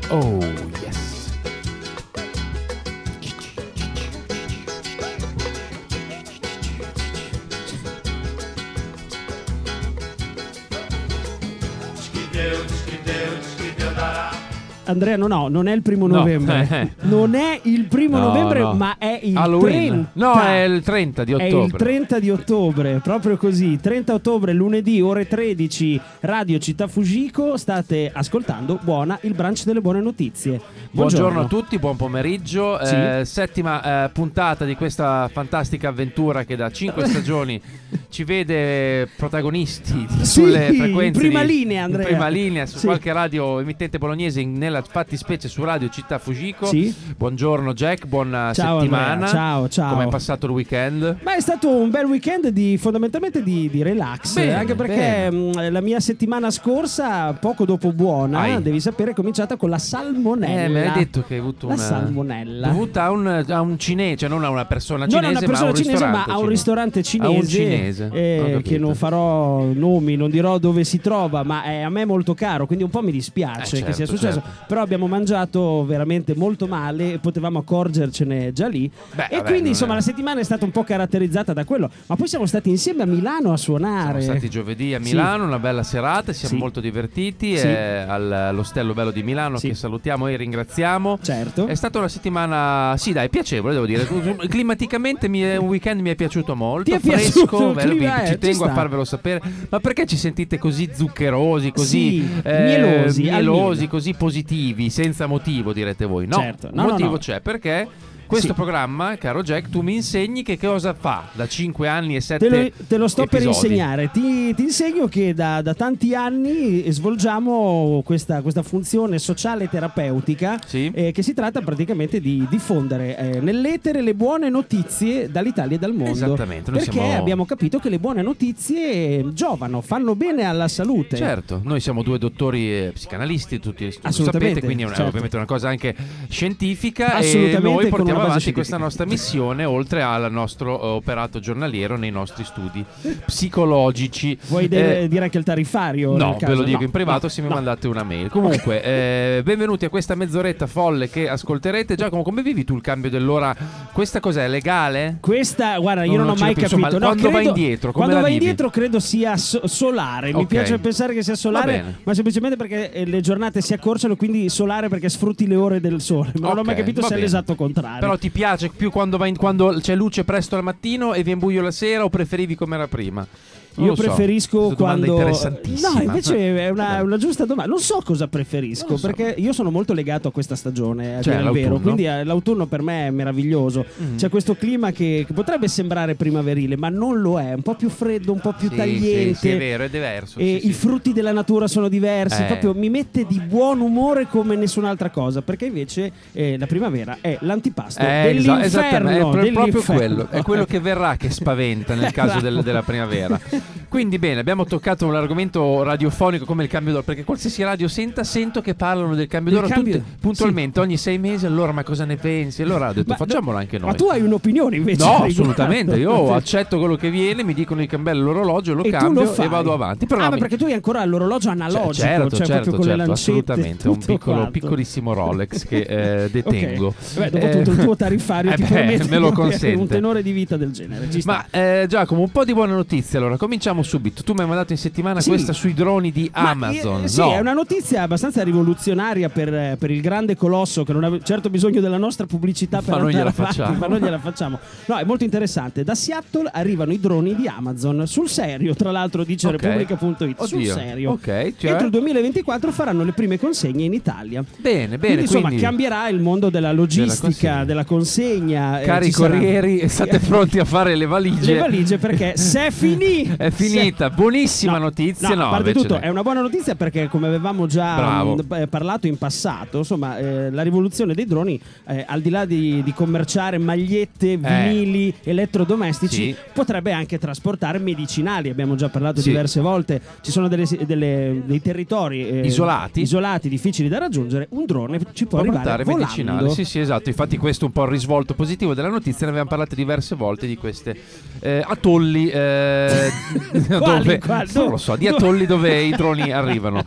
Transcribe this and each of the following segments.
Oh, yes. Andrea, non è il 1 novembre. Non è il 1 novembre, no. ma è il Halloween. 30. No, è il 30 di ottobre. È il 30 di ottobre, proprio così. 30 ottobre, lunedì, ore 13, Radio Città Fujiko. State ascoltando il brunch delle buone notizie. Buongiorno a tutti, buon pomeriggio. Sì. Settima puntata di questa fantastica avventura che da 5 stagioni ci vede protagonisti sulle frequenze in prima linea, Andrea. In prima linea su qualche radio emittente bolognese, nella fattispecie su Radio Città Fujiko. Sì. Buongiorno Jack, buona ciao, settimana. Andrea. Ciao. Come è passato il weekend? Beh, è stato un bel weekend fondamentalmente di relax. Bene, anche perché la mia settimana scorsa, poco dopo buona, devi sapere, è cominciata con la salmonella. Me l'hai detto che hai avuto la salmonella dovuta a un cinese, cioè non a una persona cinese, non a una persona cinese, ma a un ristorante cinese, a un cinese. Che non farò nomi, non dirò dove si trova, ma è a me molto caro, quindi un po' mi dispiace che sia successo. Però abbiamo mangiato veramente molto male e potevamo accorgercene già lì. Quindi insomma la settimana è stata un po' caratterizzata da quello. Ma poi siamo stati insieme a Milano a suonare. Siamo stati giovedì a Milano, una bella serata, siamo molto divertiti all'Ostello Bello di Milano, che salutiamo e ringraziamo. Certo. È stata una settimana, piacevole, devo dire. Climaticamente un weekend mi è piaciuto molto. Ti è fresco, piaciuto? Ci tengo a farvelo sapere. Ma perché ci sentite così zuccherosi, così mielosi, così positivi, senza motivo, direte voi? No, certo. motivo c'è, perché questo programma, caro Jack, tu mi insegni che cosa fa da 5 anni e 7 te lo sto episodi. Per insegnare. Ti insegno che da tanti anni svolgiamo questa funzione sociale terapeutica, che si tratta praticamente di diffondere nell'etere le buone notizie dall'Italia e dal mondo. Esattamente. Perché abbiamo capito che le buone notizie giovano, fanno bene alla salute. Certo, noi siamo 2 dottori psicanalisti, tutti lo sapete, quindi è ovviamente una cosa anche scientifica, assolutamente, e noi portiamo avanti questa nostra missione oltre al nostro operato giornaliero nei nostri studi psicologici. Vuoi dire anche il tariffario? No, ve lo dico in privato se mi mandate una mail. Comunque benvenuti a questa mezz'oretta folle che ascolterete. Giacomo, come vivi tu il cambio dell'ora? Questa cos'è, legale? Questa, guarda, io non ho mai capito. Insomma, quando vai indietro, come quando la vai vivi? indietro credo sia solare. Mi piace pensare che sia solare, ma semplicemente perché le giornate si accorciano, quindi solare perché sfrutti le ore del sole. Ma non ho mai capito se è l'esatto contrario. Però ti piace più quando c'è luce presto al mattino e viene buio la sera, o preferivi come era prima? Io preferisco quando... No, invece è una giusta domanda. Non so cosa preferisco, perché io sono molto legato a questa stagione, a dire il vero. Quindi l'autunno per me è meraviglioso. C'è questo clima che potrebbe sembrare primaverile, ma non lo è. Un po' più freddo, un po' più tagliente. Sì, è vero, è diverso. E i frutti della natura sono diversi. Proprio mi mette di buon umore come nessun'altra cosa. Perché invece la primavera è l'antipasto dell'inferno. È proprio quello. È quello che verrà che spaventa nel caso della primavera. Quindi bene, abbiamo toccato un argomento radiofonico come il cambio d'ora, perché qualsiasi radio sento che parlano del cambio d'ora puntualmente ogni 6 mesi. Allora, ma cosa ne pensi? Allora ho detto, facciamolo anche noi. Ma tu hai un'opinione invece? No, assolutamente. Io accetto quello che viene, mi dicono di cambiare l'orologio, lo cambio e vado avanti. Però ma perché tu hai ancora l'orologio analogico, certo, con le lancette, assolutamente. Un piccolissimo Rolex che detengo. Dopo tutto il tuo tariffario ti permette me lo consente. Un tenore di vita del genere. Ma Giacomo, un po' di buone notizie. Allora, cominciamo subito. Tu mi hai mandato in settimana questa sui droni di Amazon. È una notizia abbastanza rivoluzionaria per il grande colosso che non ha certo bisogno della nostra pubblicità per andare avanti, ma noi gliela facciamo. No, è molto interessante. Da Seattle arrivano i droni di Amazon, sul serio, tra l'altro dice Repubblica.it. Sul serio. Entro il 2024 faranno le prime consegne in Italia. Bene. Quindi insomma cambierà il mondo della logistica, della consegna. Cari corrieri, state pronti a fare le valigie. Le valigie, perché se è finita. Buonissima notizia. No, a parte tutto è una buona notizia, perché come avevamo già parlato in passato, insomma la rivoluzione dei droni, al di là di commerciare magliette, vinili, elettrodomestici, potrebbe anche trasportare medicinali. Abbiamo già parlato diverse volte. Ci sono dei territori isolati, difficili da raggiungere. Un drone ci può arrivare volando. Medicinali. Sì, esatto. Infatti questo è un po' il risvolto positivo della notizia. Ne abbiamo parlato diverse volte di queste atolli Dove? Non lo so, di atolli dove i droni arrivano.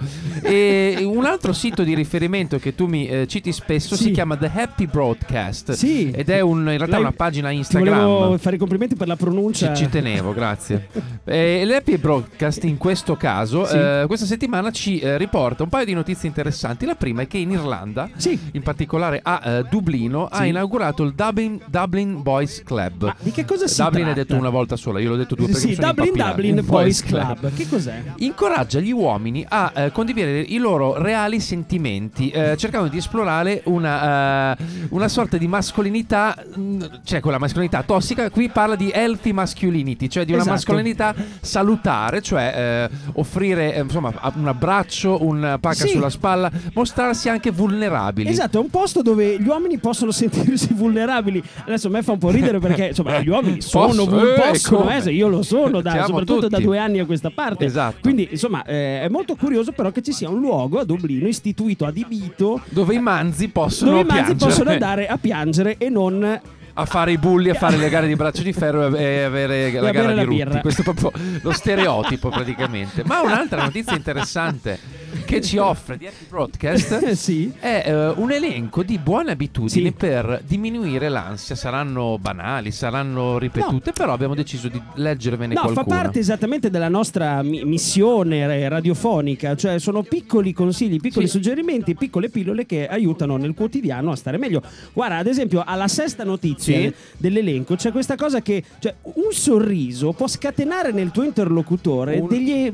E un altro sito di riferimento che tu mi citi spesso si chiama The Happy Broadcast, ed è in realtà una pagina Instagram. Ti volevo fare i complimenti per la pronuncia. Ci tenevo, grazie. L'Happy Broadcast in questo caso questa settimana ci riporta un paio di notizie interessanti. La prima è che in Irlanda, in particolare a Dublino, ha inaugurato il Dublin Boys Club. Ma di che cosa si Dublin tratta? è detto una volta sola, io l'ho detto due perché sono Dublin Boys Club. Che cos'è? Incoraggia gli uomini a condividere i loro reali sentimenti, cercando di esplorare una sorta di mascolinità, cioè quella mascolinità tossica. Qui parla di healthy masculinity, cioè di una mascolinità salutare, cioè offrire insomma un abbraccio, un pacca sulla spalla, mostrarsi anche vulnerabili. Esatto, è un posto dove gli uomini possono sentirsi vulnerabili. Adesso a me fa un po' ridere perché insomma gli uomini possono essere, io lo sono soprattutto tutti. Da 2 anni a questa parte. Esatto. Quindi insomma è molto curioso però che ci sia un luogo a Dublino istituito, adibito, dove i manzi possono andare a piangere e non a fare i bulli, a fare le gare di braccio di ferro e avere la gara di rutti. Questo è proprio lo stereotipo praticamente. Ma un'altra notizia interessante che ci offre di Happy Broadcast è un elenco di buone abitudini per diminuire l'ansia. Saranno banali, saranno ripetute, però abbiamo deciso di leggervene qualcuna. Fa parte esattamente della nostra missione radiofonica, cioè sono piccoli consigli, piccoli suggerimenti, piccole pillole che aiutano nel quotidiano a stare meglio. Guarda, ad esempio, alla sesta notizia dell'elenco c'è questa cosa che, cioè, un sorriso può scatenare nel tuo interlocutore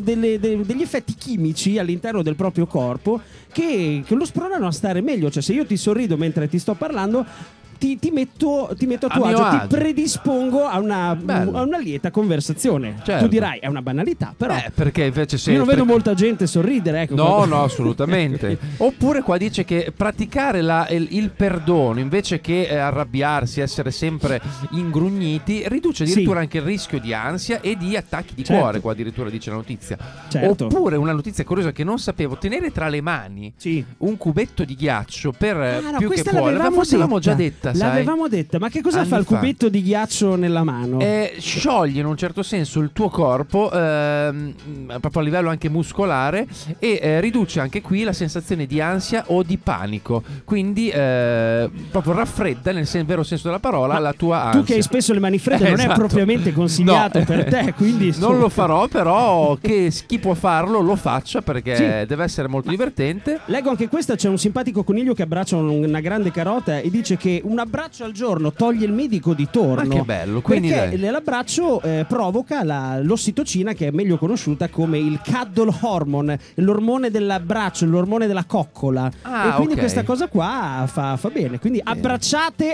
degli effetti chimici all'interno del proprio corpo che lo spronano a stare meglio. Cioè, se io ti sorrido mentre ti sto parlando, ti metto a tuo agio, ti predispongo a una lieta conversazione. Certo. Tu dirai è una banalità, però perché invece io non vedo molta gente sorridere, ecco. No, assolutamente. Oppure qua dice che praticare il perdono invece che arrabbiarsi, essere sempre ingrugniti, riduce addirittura anche il rischio di ansia e di attacchi di cuore. Qua addirittura dice la notizia. Oppure una notizia curiosa che non sapevo: tenere tra le mani un cubetto di ghiaccio per più che può. Forse l'avevamo già detta. L'avevamo detta, ma che cosa fa il cubetto di ghiaccio nella mano? Scioglie in un certo senso il tuo corpo, proprio a livello anche muscolare, e riduce anche qui la sensazione di ansia o di panico. Quindi proprio raffredda, nel vero senso della parola, la tua ansia. Tu che hai spesso le mani fredde, non è propriamente consigliato per te, quindi non lo farò, però che chi può farlo lo faccia, perché deve essere molto divertente. Leggo anche questa, c'è un simpatico coniglio che abbraccia una grande carota e dice che un abbraccio al giorno toglie il medico di torno. Ma che bello, quindi perché l'abbraccio provoca l'ossitocina, che è meglio conosciuta come il cuddle hormone, l'ormone dell'abbraccio, l'ormone della coccola. E quindi questa cosa qua fa bene. Quindi abbracciate,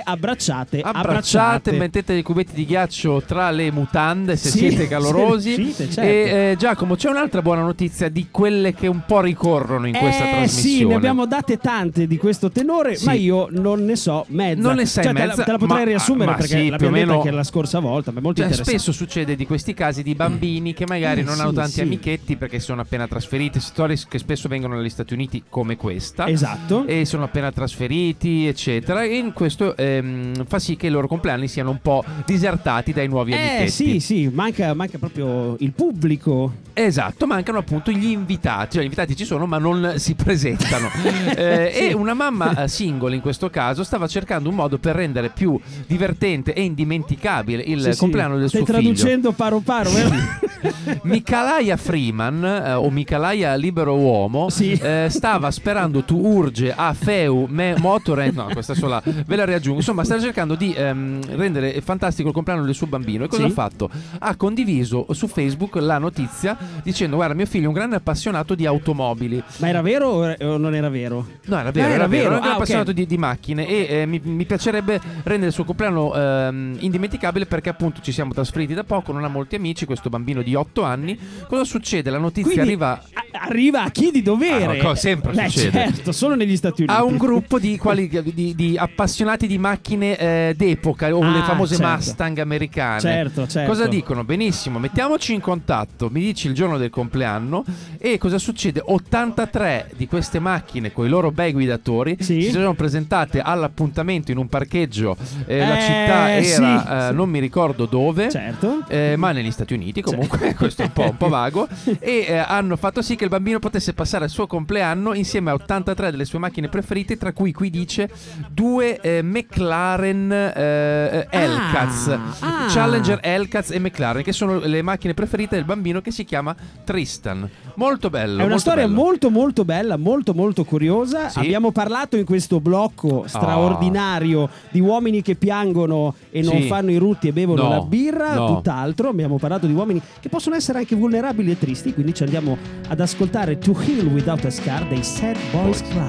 mettete i cubetti di ghiaccio tra le mutande se siete calorosi. Certo. E Giacomo, c'è un'altra buona notizia di quelle che un po' ricorrono in questa trasmissione. Sì, ne abbiamo date tante di questo tenore, ma io non ne so mezza. Non ne sai mezza. Te la potrei riassumere perché l'abbiamo detta anche la scorsa volta, ma è molto interessante. Spesso succede di questi casi di bambini che magari non hanno tanti amichetti perché sono appena trasferiti, storie che spesso vengono negli Stati Uniti come questa. Esatto. E sono appena trasferiti, eccetera, e in questo fa sì che i loro compleanni siano un po' disertati dai nuovi amichetti. Sì, manca proprio il pubblico. Esatto, mancano appunto gli invitati. Cioè, gli invitati ci sono ma non si presentano. E una mamma single in questo caso stava cercando un modo per rendere più divertente e indimenticabile il compleanno del suo figlio. Stai traducendo paro Micalaia Freeman o Micalaia Libero Uomo stava sperando tu urge a feu motore. No, questa sola ve la riaggiungo. Insomma, stava cercando di rendere fantastico il compleanno del suo bambino. E cosa ha fatto? Ha condiviso su Facebook la notizia dicendo: guarda, mio figlio è un grande appassionato di automobili. Ma era vero o non era vero? No, era vero. Era un grande appassionato di macchine e mi piacerebbe rendere il suo compleanno indimenticabile, perché appunto ci siamo trasferiti da poco, non ha molti amici, questo bambino di 8 anni. Cosa succede? La notizia arriva a chi di dovere. Sempre succede. Certo, solo negli Stati Uniti. A un gruppo di appassionati di macchine d'epoca, o le famose Mustang americane. Certo. Cosa dicono? Benissimo, mettiamoci in contatto, mi dici il giorno del compleanno. E cosa succede? 83 di queste macchine con i loro bei guidatori si sono presentate all'appuntamento in un parcheggio. La città era non mi ricordo dove, certo, ma negli Stati Uniti comunque. questo è un po' vago, e hanno fatto sì che il bambino potesse passare il suo compleanno insieme a 83 delle sue macchine preferite, tra cui qui dice 2 McLaren Hellcats, Challenger Hellcats e McLaren, che sono le macchine preferite del bambino, che si chiama Tristan. Molto bello. È una storia molto molto bella, molto molto curiosa. Sì. Abbiamo parlato in questo blocco straordinario di uomini che piangono e non fanno i rutti e bevono la birra, tutt'altro. Abbiamo parlato di uomini che possono essere anche vulnerabili e tristi, quindi ci andiamo ad ascoltare To Heal Without a Scar dei Sad Boys Club.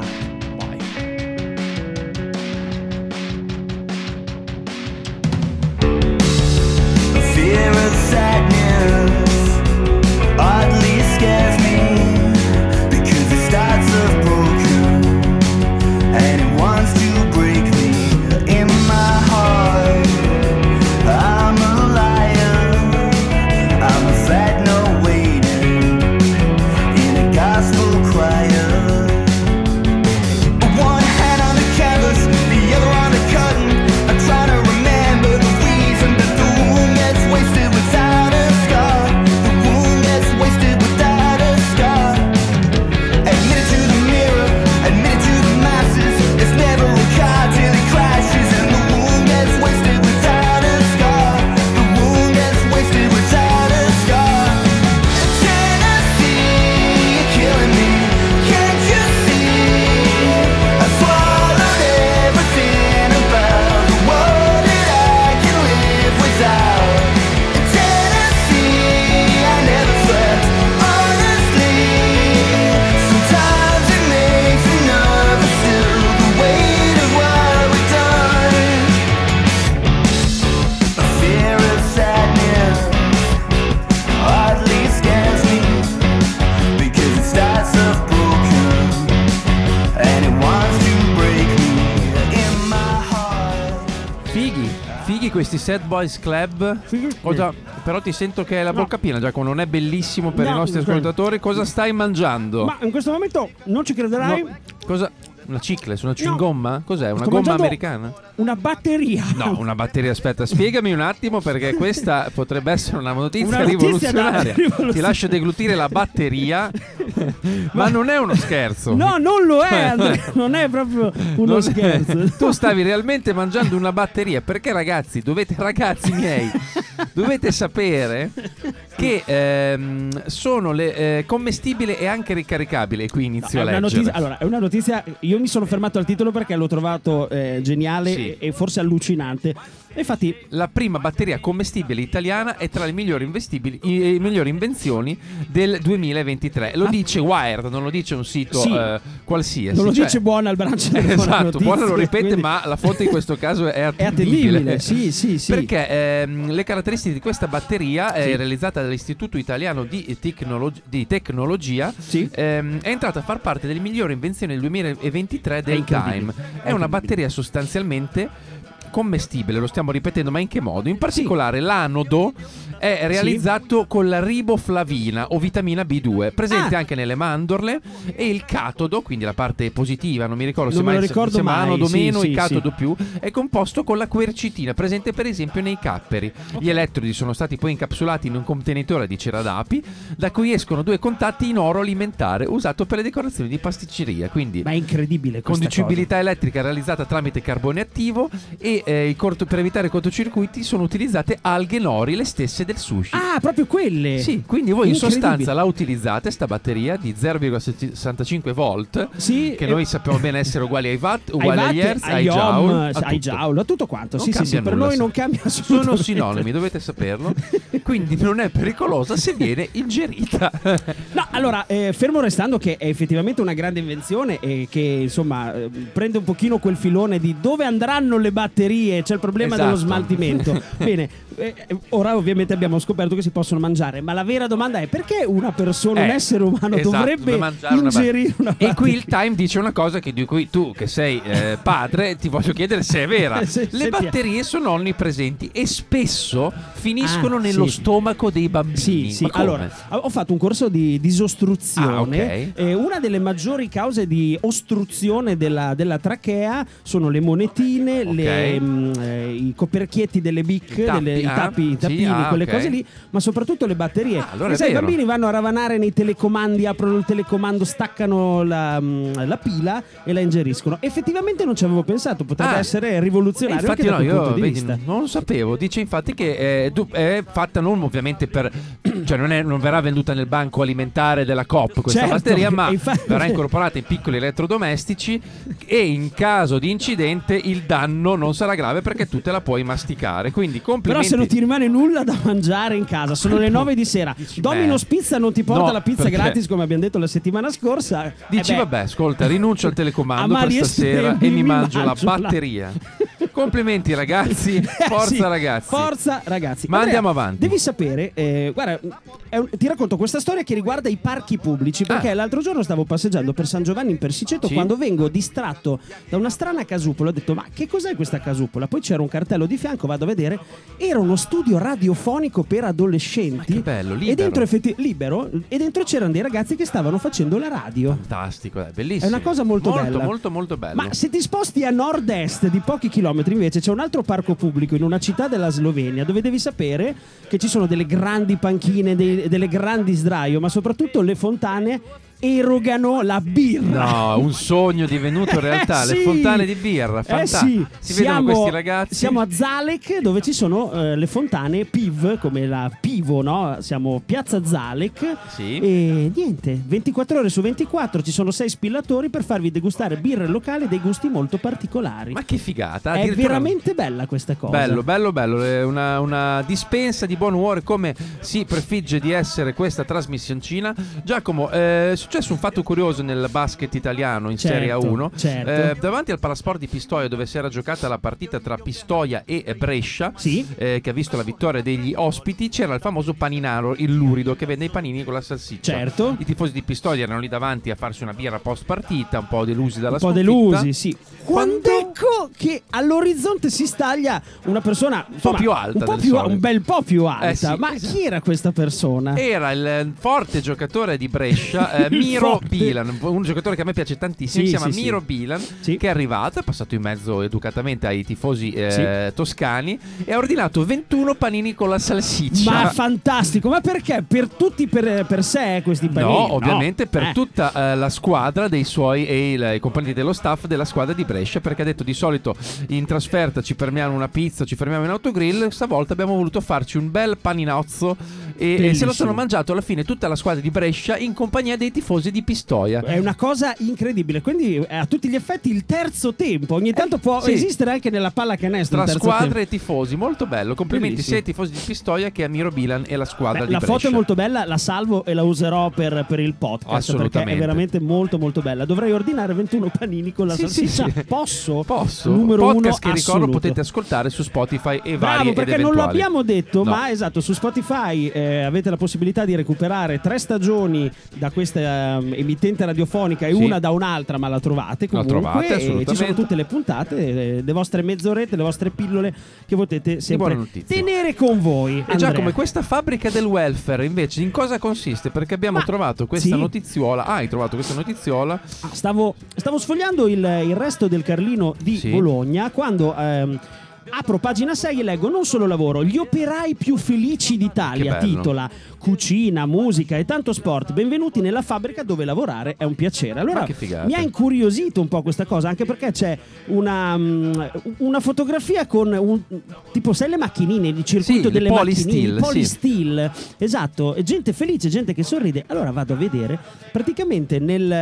Fear of sadness oddly scares me because it starts off broken and it wants to break me in my heart. I'm a liar, I'm a fat no waiting in a gospel choir. One hand on the canvas, the other on the curtain. I'm trying to remember the reason that the wound gets wasted without a scar. The wound gets wasted without a scar. Admit it to the mirror, admit it to the masses. It's never a car till it crashes, and the wound gets wasted without a scar. The wound gets wasted without a scar. Tennessee, you're killing me. Can't you see? I swallowed everything about the world that I can live without. Tennessee, I never slept, honestly. Sometimes it makes me nervous still, the weight of what we've done. A fear of sadness oddly scares me because it starts off broken and it wants to break me in my heart. Fighi questi Sad Boys Club. Però ti sento che hai la bocca piena, Giacomo. Non è bellissimo per i nostri ascoltatori. Cosa stai mangiando? Ma in questo momento non ci crederai. Cosa? Una cicles, una cingomma? Cos'è? Una gomma americana? Una batteria. No, una batteria. Aspetta, spiegami un attimo, perché questa potrebbe essere una notizia rivoluzionaria. Ti lascio deglutire la batteria. Ma non è uno scherzo. No, non lo è, Andrea. Non è proprio uno scherzo. Tu stavi realmente mangiando una batteria. Perché ragazzi miei, dovete sapere che sono commestibile e anche ricaricabile. E qui inizio a leggere. Allora, è una notizia. Io mi sono fermato al titolo perché l'ho trovato geniale e forse allucinante. Infatti, la prima batteria commestibile italiana è tra le migliori invenzioni del 2023. Lo dice Wired, non lo dice un sito qualsiasi. Non lo dice Buona al brancio. Esatto, Buona lo ripete, quindi... ma la fonte in questo caso è attendibile. Sì. Perché le caratteristiche di questa batteria è realizzata dall'Istituto Italiano di Tecnologia. È entrata a far parte delle migliori invenzioni del 2023 del Time. È una batteria sostanzialmente commestibile, lo stiamo ripetendo, ma in che modo? In particolare l'anodo è realizzato con la riboflavina o vitamina B2, presente anche nelle mandorle, e il catodo, quindi la parte positiva, non mi ricordo se mai anodo meno, il catodo più, è composto con la quercitina, presente per esempio nei capperi. Gli elettrodi sono stati poi incapsulati in un contenitore di cera d'api, da cui escono 2 contatti in oro alimentare usato per le decorazioni di pasticceria. Quindi, ma è incredibile questa conducibilità elettrica realizzata tramite carbone attivo, e per evitare cortocircuiti sono utilizzate alghe nori, le stesse del sushi. Ah, proprio quelle? Sì, quindi voi in sostanza la utilizzate, sta batteria di 0,65 volt, che noi sappiamo bene essere uguali ai watt, uguali agli hertz, ai joule, a tutto quanto. Sì, per noi non cambia assolutamente. Sono sinonimi, dovete saperlo. Quindi non è pericolosa se viene ingerita. No, allora, fermo restando che è effettivamente una grande invenzione e che insomma prende un pochino quel filone di dove andranno le batterie, c'è il problema dello smaltimento. Bene, ora ovviamente abbiamo scoperto che si possono mangiare, ma la vera domanda è: perché una persona, un essere umano dovrebbe ingerire una batteria? E qui il Time dice una cosa di cui tu, che sei padre, ti voglio chiedere se è vera. Le batterie sono onnipresenti e spesso finiscono nello stomaco dei bambini. Sì. Allora, ho fatto un corso di disostruzione. Una delle maggiori cause di ostruzione della trachea sono le monetine, i coperchietti delle BIC, i tappini, quelle quelle cose lì, ma soprattutto le batterie. Allora sai, i bambini vanno a ravanare nei telecomandi, aprono il telecomando, staccano la pila e la ingeriscono. Effettivamente non ci avevo pensato, potrebbe essere rivoluzionario. Infatti anche no, punto di vedi, vista. non lo sapevo. Dice infatti che è fatta non ovviamente per, cioè non verrà venduta nel banco alimentare della Coop questa batteria, ma verrà incorporata in piccoli elettrodomestici e in caso di incidente il danno non sarà grave perché tu te la puoi masticare. Quindi complimenti. Però se non ti rimane nulla da mangiare in casa, sono le 9 di sera, Domino's Pizza non ti porta la pizza gratis come abbiamo detto la settimana scorsa. Dici vabbè, ascolta, rinuncio al telecomando per stasera e mi mangio la batteria. Complimenti ragazzi, forza ragazzi. Forza ragazzi. Ma Andrea, andiamo avanti. Devi sapere, guarda, ti racconto questa storia che riguarda i parchi pubblici, perché l'altro giorno stavo passeggiando per San Giovanni in Persiceto quando vengo distratto da una strana casupola. Ho detto ma che cos'è questa casupola? Poi c'era un cartello di fianco, vado a vedere, era uno studio radiofonico per adolescenti. Ma che bello, libero. E dentro c'erano dei ragazzi che stavano facendo la radio. Fantastico, bellissimo. È una cosa molto bella. Molto bella. Ma se ti sposti a nord-est di pochi chilometri invece c'è un altro parco pubblico in una città della Slovenia dove devi sapere che ci sono delle grandi panchine, delle grandi sdraio, ma soprattutto le fontane erogano la birra. No, un sogno divenuto realtà. Le fontane di birra, fantastico. Si vedono questi ragazzi. Siamo a Zalek dove ci sono le fontane PIV, come la Pivo, no? Siamo Piazza Zalek e niente, 24 ore su 24 ci sono 6 spillatori per farvi degustare birre locali dei gusti molto particolari. Ma che figata. È veramente bella questa cosa. Bello. È una dispensa di buon umore, come si prefigge di essere questa trasmissioncina. Giacomo, è successo un fatto curioso nel basket italiano in Serie A1, davanti al Palasport di Pistoia, dove si era giocata la partita tra Pistoia e Brescia, che ha visto la vittoria degli ospiti. C'era il famoso paninaro, il lurido, che vende i panini con la salsiccia. I tifosi di Pistoia erano lì davanti a farsi una birra post partita, un po' delusi dalla sconfitta. Quando ecco che all'orizzonte si staglia una persona un po' più alta, un bel po' più alta. Ma chi era questa persona? Era il forte giocatore di Brescia, Miro Bilan, un giocatore che a me piace tantissimo. Si chiama Miro Bilan, che è arrivato, è passato in mezzo educatamente ai tifosi toscani e ha ordinato 21 panini con la salsiccia. Ma fantastico! Ma perché? Per tutti per sé questi panini? No, ovviamente per tutta la squadra dei suoi e i componenti dello staff della squadra di Brescia, perché ha detto di solito in trasferta ci fermiamo una pizza, ci fermiamo in autogrill, stavolta abbiamo voluto farci un bel paninozzo e se lo sono mangiato alla fine tutta la squadra di Brescia in compagnia dei tifosi di Pistoia. È una cosa incredibile, quindi a tutti gli effetti il terzo tempo ogni tanto può esistere anche nella pallacanestro tra squadre e tifosi, molto bello. Complimenti sia ai tifosi di Pistoia che a Miro Bilan e la squadra di Brescia. La foto è molto bella, la salvo e la userò per il podcast perché è veramente molto molto bella. Dovrei ordinare 21 panini con la salsiccia. Posso? Numero podcast 1 che ricordo potete ascoltare su Spotify e vari perché non lo abbiamo detto, ma esatto, su Spotify avete la possibilità di recuperare 3 stagioni da questa emittente radiofonica e una da un'altra, ma la trovate comunque. La trovate, assolutamente. Ci sono tutte le puntate, le vostre mezz'orette, le vostre pillole che potete sempre tenere con voi. E già come questa fabbrica del welfare invece in cosa consiste? Perché abbiamo trovato questa notiziola. Hai trovato questa notiziola? Stavo sfogliando il resto del Carlino di Bologna quando apro pagina 6 e leggo: non solo lavoro, gli operai più felici d'Italia, titola cucina, musica e tanto sport, benvenuti nella fabbrica dove lavorare è un piacere. Allora mi ha incuriosito un po' questa cosa, anche perché c'è una fotografia con tipo, sai, le macchinine di circuito delle macchinine Polysteel, esatto, gente felice, gente che sorride. Allora vado a vedere, praticamente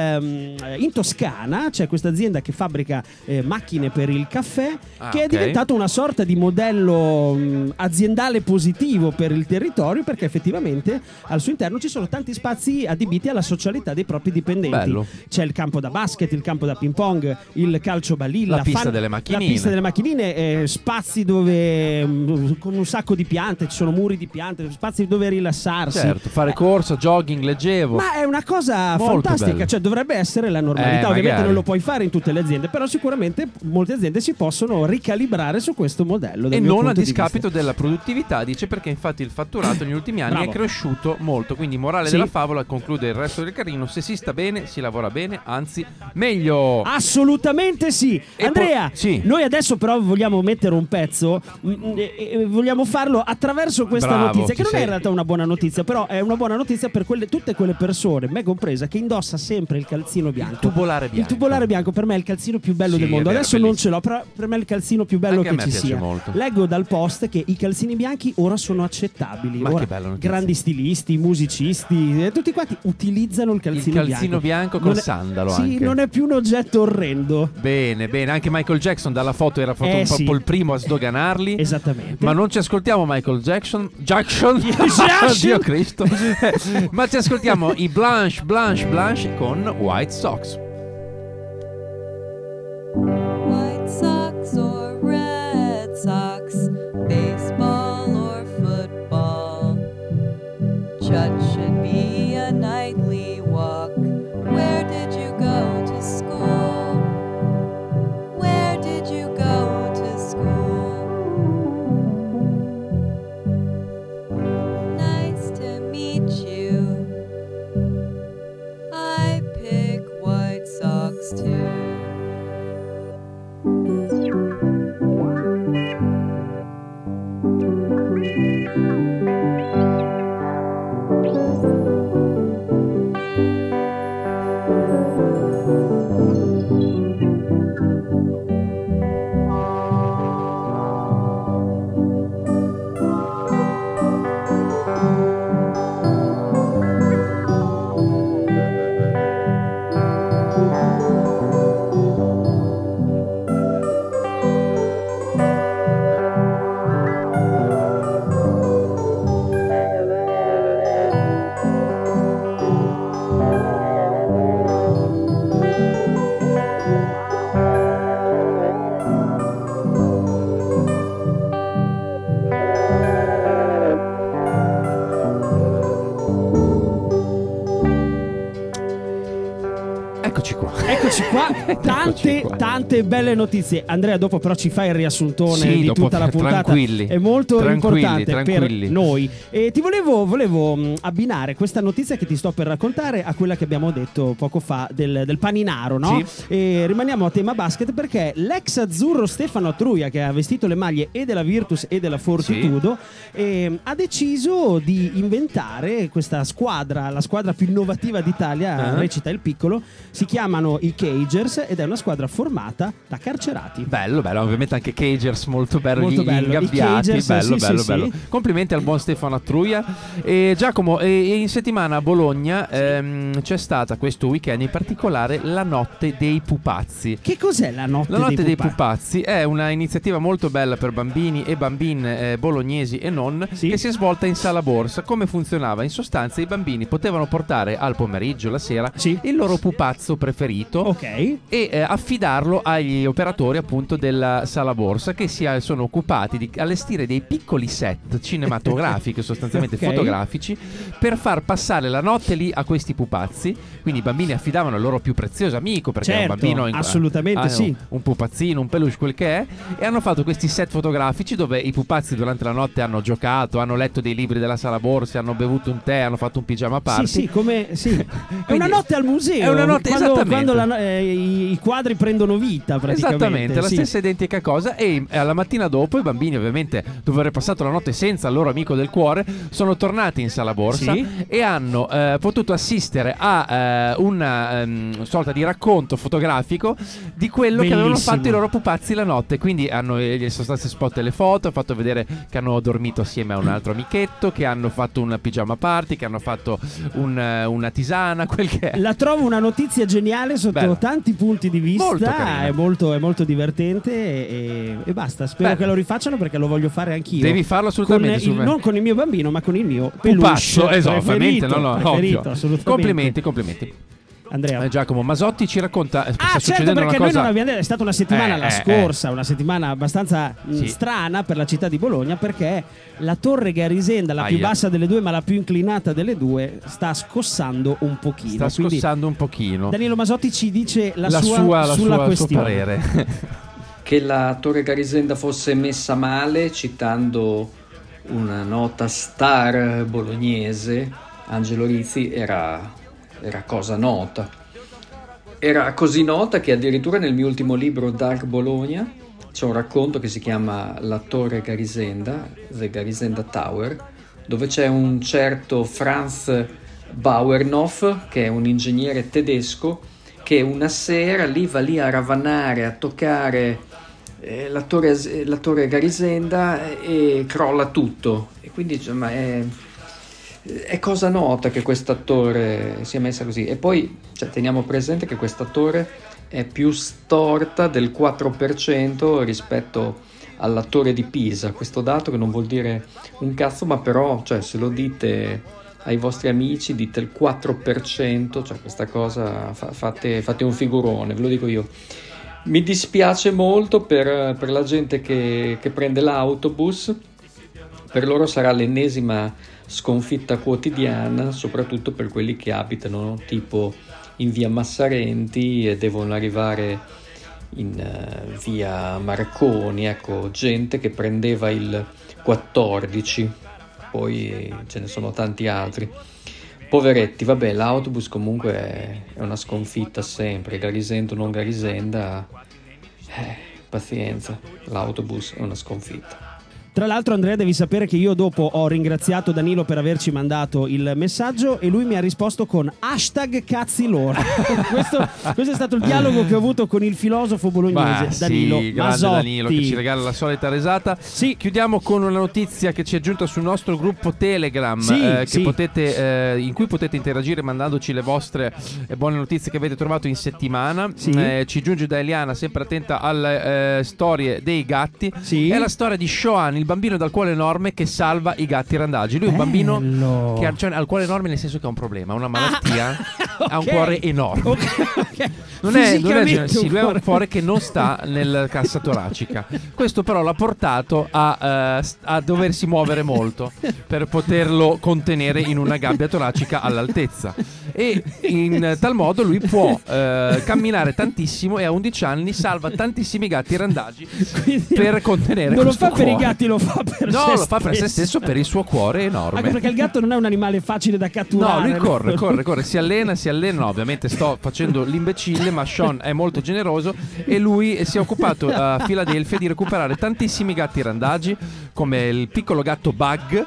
in Toscana c'è questa azienda che fabbrica macchine per il caffè, che è diventato una sorta di modello aziendale positivo per il territorio, perché effettivamente al suo interno ci sono tanti spazi adibiti alla socialità dei propri dipendenti. Bello. C'è il campo da basket, il campo da ping pong, il calcio balilla, la pista delle macchinine, spazi dove con un sacco di piante, ci sono muri di piante, spazi dove rilassarsi. Certo, fare corsa, jogging leggevo. Ma è una cosa molto fantastica, bello. Cioè dovrebbe essere la normalità. Ovviamente non lo puoi fare in tutte le aziende, però sicuramente molte aziende si possono ricalibrare su questo modello. E non a discapito della produttività, dice, perché infatti il fatturato negli ultimi anni è cresciuto molto. Quindi morale della favola, conclude il resto del carrino: se si sta bene, si lavora bene, anzi meglio. Assolutamente sì. E Andrea, noi adesso però vogliamo mettere un pezzo e vogliamo farlo attraverso questa notizia, che non è in realtà una buona notizia, però è una buona notizia per tutte quelle persone, me compresa, che indossa sempre il calzino bianco. Il tubolare bianco. Il tubolare bianco per me è il calzino più bello del mondo. Adesso non ce l'ho, però per me è il calzino più bello che ci sia. Molto. Leggo dal Post che i calzini bianchi ora sono accettabili. Ma ora, che bello notizia. Grandi stilisti, musicisti, tutti quanti utilizzano il calzino bianco col sandalo. Sì, non è più un oggetto orrendo. Bene, anche Michael Jackson dalla foto era un po' il primo a sdoganarli. Esattamente. Ma non ci ascoltiamo Michael Jackson. Dio Cristo. Ma ci ascoltiamo i Blanche con White Sox. White Sox or Red Sox, baseball or football, church should be a nightly walk. Where did you go to school? Where did you go to school? Nice to meet you. I pick White Sox too. Eccoci qua, tante belle notizie. Andrea, dopo però ci fai il riassuntone di tutta la puntata. È molto importante per noi. E ti volevo abbinare questa notizia che ti sto per raccontare a quella che abbiamo detto poco fa del paninaro, no? Sì. E rimaniamo a tema basket perché l'ex azzurro Stefano Atruia, che ha vestito le maglie e della Virtus e della Fortitudo, ha deciso di inventare questa squadra, la squadra più innovativa d'Italia, recita il piccolo, si chiamano i Cagers ed è una squadra formata da carcerati. Bello, ovviamente anche Cagers molto bello, gli ingabbiati, bello. Complimenti al buon Stefano Atruia. E Giacomo, in settimana a Bologna c'è stata questo weekend in particolare la Notte dei Pupazzi. Che cos'è la Notte dei Pupazzi? La Notte dei Pupazzi è una iniziativa molto bella per bambini e bambine bolognesi e non, che si è svolta in Sala Borsa. Come funzionava? In sostanza i bambini potevano portare al pomeriggio, la sera, il loro pupazzo preferito e affidarlo agli operatori appunto della Sala Borsa, che sono occupati di allestire dei piccoli set cinematografici sostanzialmente fotografici per far passare la notte lì a questi pupazzi. Quindi i bambini affidavano il loro più prezioso amico, perché un bambino assolutamente un pupazzino, un peluche, quel che è, e hanno fatto questi set fotografici dove i pupazzi durante la notte hanno giocato, hanno letto dei libri della Sala Borsa, hanno bevuto un tè, hanno fatto un pigiama party. È una notte al museo. È una notte, quando i quadri prendono vita praticamente. Esattamente, la stessa identica cosa. E alla mattina dopo i bambini, ovviamente dopo aver passato la notte senza il loro amico del cuore, sono tornati in Sala Borsa e hanno potuto assistere a una sorta di racconto fotografico di quello che avevano fatto i loro pupazzi la notte. Quindi gli sono state spot le foto, hanno fatto vedere che hanno dormito assieme a un altro amichetto, che hanno fatto un pigiama party, che hanno fatto una tisana, quel che è. La trovo una notizia geniale sotto tanti punti di vista, è molto divertente e basta. Spero che lo rifacciano, perché lo voglio fare anch'io. Devi farlo assolutamente, non con il mio bambino, ma con il mio pupazzo. Esattamente, preferito, assolutamente. Complimenti. Andrea. Giacomo Masotti ci racconta. Sta succedendo perché una cosa... noi non abbiamo detto, è stata una settimana la scorsa, una settimana abbastanza strana per la città di Bologna, perché la torre Garisenda, la più bassa delle due ma la più inclinata delle due, sta scossando un pochino. Danilo Masotti ci dice sulla questione. suo parere. che la Torre Garisenda fosse messa male, citando una nota star bolognese, Angelo Rizzi, era cosa nota. Era così nota che addirittura nel mio ultimo libro Dark Bologna c'è un racconto che si chiama La Torre Garisenda, The Garisenda Tower, dove c'è un certo Franz Bauernhof, che è un ingegnere tedesco, che una sera va lì a ravanare, a toccare la torre Garisenda e crolla tutto. E quindi insomma è cosa nota che questa torre sia messa così. E poi teniamo presente che questa torre è più storta del 4% rispetto alla torre di Pisa. Questo dato che non vuol dire un cazzo, ma però se lo dite ai vostri amici, dite il 4%, questa cosa fate un figurone, ve lo dico io. Mi dispiace molto per la gente che prende l'autobus, per loro sarà l'ennesima sconfitta quotidiana, soprattutto per quelli che abitano tipo in via Massarenti e devono arrivare in via Marconi, ecco, gente che prendeva il 14, poi ce ne sono tanti altri. Poveretti, vabbè, l'autobus comunque è una sconfitta sempre, Garisenda o non Garisenda, pazienza, l'autobus è una sconfitta. Tra l'altro, Andrea, devi sapere che io dopo ho ringraziato Danilo per averci mandato il messaggio e lui mi ha risposto con #cazziloro. questo è stato il dialogo che ho avuto con il filosofo bolognese Danilo Masotti. Danilo che ci regala la solita risata. Sì. Chiudiamo con una notizia che ci è giunta sul nostro gruppo Telegram, in cui potete interagire mandandoci le vostre buone notizie che avete trovato in settimana. Ci giunge da Eliana, sempre attenta alle storie dei gatti. È la storia di Shoan, il bambino dal cuore enorme che salva i gatti randagi. Lui è un bambino che ha il cuore enorme, nel senso che ha un problema, una malattia, ha un cuore enorme. Okay. Non è lui ha un cuore che non sta nella cassa toracica. Questo però l'ha portato a doversi muovere molto per poterlo contenere in una gabbia toracica all'altezza, e in tal modo lui può camminare tantissimo e a 11 anni salva tantissimi gatti randagi. Quindi per contenere non questo lo fa cuore. Per i gatti, lo fa per no, se lo fa stesso. Per se stesso, per il suo cuore enorme. Anche perché il gatto non è un animale facile da catturare. No, lui corre, si allena. No, ovviamente sto facendo l'imbecille, ma Sean è molto generoso e lui si è occupato a Filadelfia di recuperare tantissimi gatti randagi, come il piccolo gatto Bug,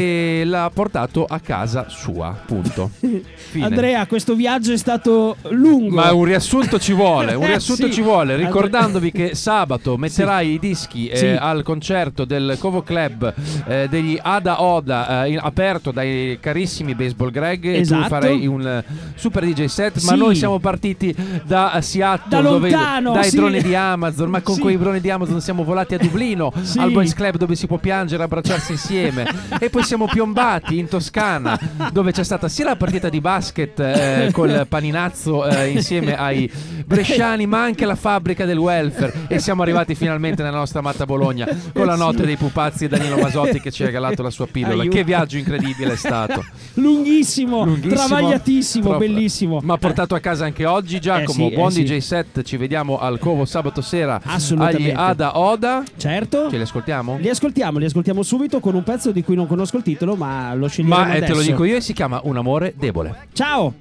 e l'ha portato a casa sua, punto. Fine. Andrea, questo viaggio è stato lungo, ma un riassunto ci vuole, ricordandovi che sabato metterai i dischi al concerto del Covo Club degli Ada Oda, aperto dai carissimi Baseball Greg, e tu farai un super DJ set. Ma noi siamo partiti da Seattle, da lontano, dai droni di Amazon, ma con quei droni di Amazon siamo volati a Dublino al Boys Club, dove si può piangere e abbracciarsi insieme, e poi siamo piombati in Toscana, dove c'è stata sia la partita di basket col Paninazzo insieme ai bresciani, ma anche la fabbrica del welfare, e siamo arrivati finalmente nella nostra amata Bologna con la notte dei pupazzi e Danilo Masotti che ci ha regalato la sua pillola. Che viaggio incredibile è stato, lunghissimo, travagliatissimo, bellissimo, ma portato a casa anche oggi. Giacomo, buon DJ set, ci vediamo al Covo sabato sera agli Ada Oda. Certo. Ce li ascoltiamo? Li ascoltiamo subito con un pezzo di cui non conosco il titolo, ma lo sceglieremo adesso. Te lo dico io, e si chiama Un amore debole. Ciao.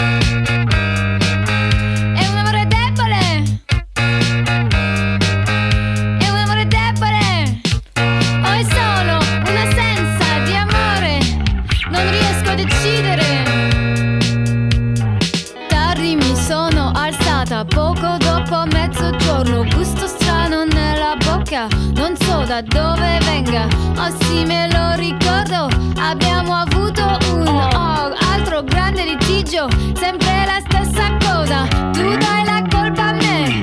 Poco dopo mezzogiorno, gusto strano nella bocca, non so da dove venga, ma sì me lo ricordo. Abbiamo avuto un altro grande litigio, sempre la stessa cosa. Tu dai la colpa a me,